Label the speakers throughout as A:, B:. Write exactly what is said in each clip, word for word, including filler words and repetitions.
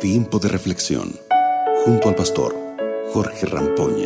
A: Tiempo de reflexión junto al pastor Jorge Rampoña.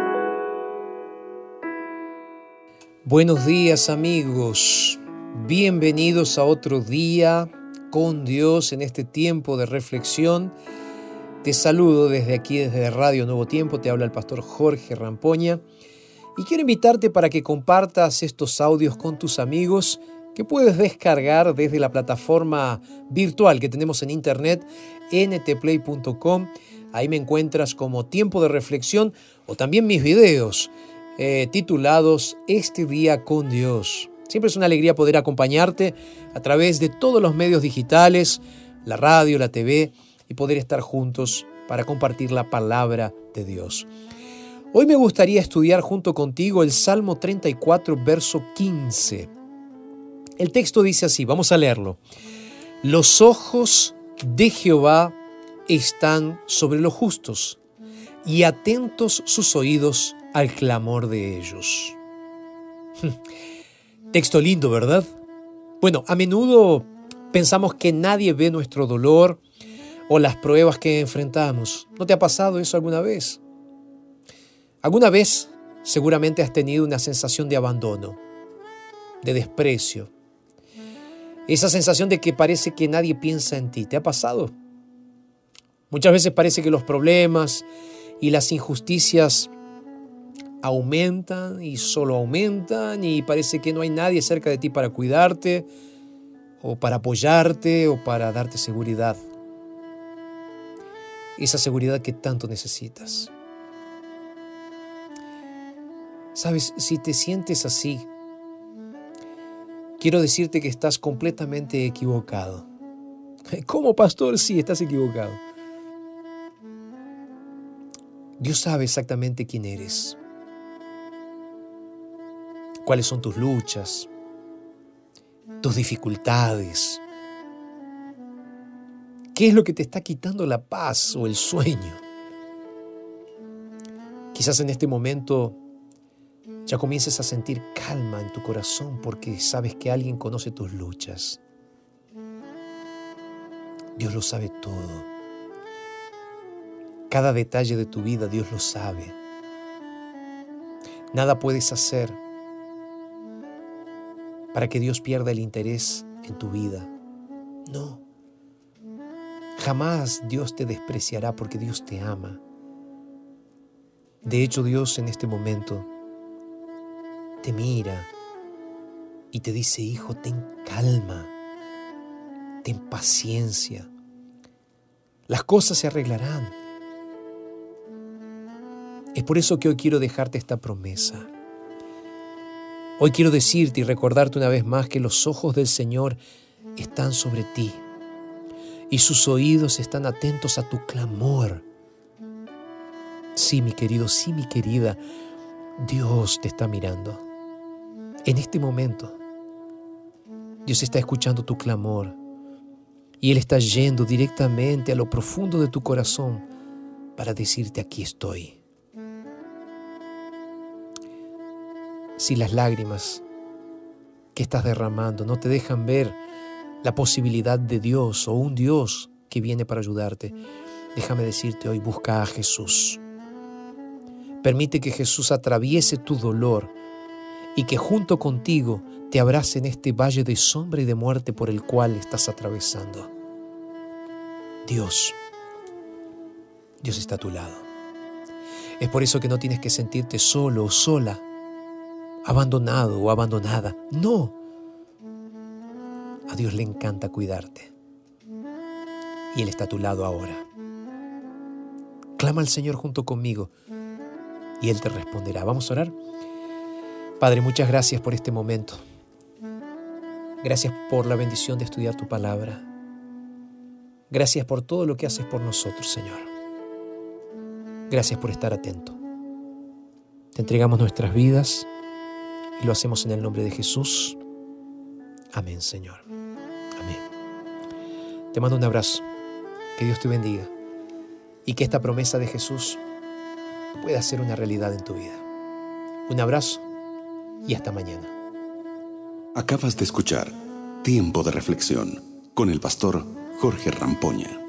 B: Buenos días, amigos. Bienvenidos a otro día con Dios en este tiempo de reflexión. Te saludo desde aquí, desde Radio Nuevo Tiempo. Te habla el pastor Jorge Rampoña. Y quiero invitarte para que compartas estos audios con tus amigos que puedes descargar desde la plataforma virtual que tenemos en internet, n t play punto com. Ahí me encuentras como Tiempo de Reflexión o también mis videos eh, titulados Este Día con Dios. Siempre es una alegría poder acompañarte a través de todos los medios digitales, la radio, la T V, y poder estar juntos para compartir la palabra de Dios. Hoy me gustaría estudiar junto contigo el Salmo treinta y cuatro, verso quince. El texto dice así, vamos a leerlo. Los ojos de Jehová están sobre los justos, y atentos sus oídos al clamor de ellos. Texto lindo, ¿verdad? Bueno, a menudo pensamos que nadie ve nuestro dolor o las pruebas que enfrentamos. ¿No te ha pasado eso alguna vez? Alguna vez seguramente has tenido una sensación de abandono, de desprecio. Esa sensación de que parece que nadie piensa en ti. ¿Te ha pasado? Muchas veces parece que los problemas y las injusticias aumentan y solo aumentan y parece que no hay nadie cerca de ti para cuidarte o para apoyarte o para darte seguridad. Esa seguridad que tanto necesitas. Sabes, si te sientes así, quiero decirte que estás completamente equivocado. ¿Cómo, pastor? Sí, estás equivocado. Dios sabe exactamente quién eres, cuáles son tus luchas, tus dificultades, qué es lo que te está quitando la paz o el sueño. Quizás en este momento ya comiences a sentir calma en tu corazón porque sabes que alguien conoce tus luchas. Dios lo sabe todo. Cada detalle de tu vida Dios lo sabe. Nada puedes hacer para que Dios pierda el interés en tu vida. No. Jamás Dios te despreciará porque Dios te ama. De hecho, Dios en este momento te mira y te dice, hijo, ten calma, ten paciencia. Las cosas se arreglarán. Es por eso que hoy quiero dejarte esta promesa. Hoy quiero decirte y recordarte una vez más que los ojos del Señor están sobre ti y sus oídos están atentos a tu clamor. Sí, mi querido, sí, mi querida, Dios te está mirando. En este momento, Dios está escuchando tu clamor y Él está yendo directamente a lo profundo de tu corazón para decirte, aquí estoy. Si las lágrimas que estás derramando no te dejan ver la posibilidad de Dios o un Dios que viene para ayudarte, déjame decirte hoy, busca a Jesús. Permite que Jesús atraviese tu dolor y que junto contigo te abrace en este valle de sombra y de muerte por el cual estás atravesando. Dios, Dios está a tu lado. Es por eso que no tienes que sentirte solo o sola, abandonado o abandonada. No. A Dios le encanta cuidarte. Y Él está a tu lado ahora. Clama al Señor junto conmigo y Él te responderá. Vamos a orar. Padre, muchas gracias por este momento. Gracias por la bendición de estudiar tu palabra. Gracias por todo lo que haces por nosotros, Señor. Gracias por estar atento. Te entregamos nuestras vidas y lo hacemos en el nombre de Jesús. Amén, Señor. Amén. Te mando un abrazo. Que Dios te bendiga y que esta promesa de Jesús pueda ser una realidad en tu vida. Un abrazo y hasta mañana.
A: Acabas de escuchar Tiempo de Reflexión con el pastor Jorge Rampoña.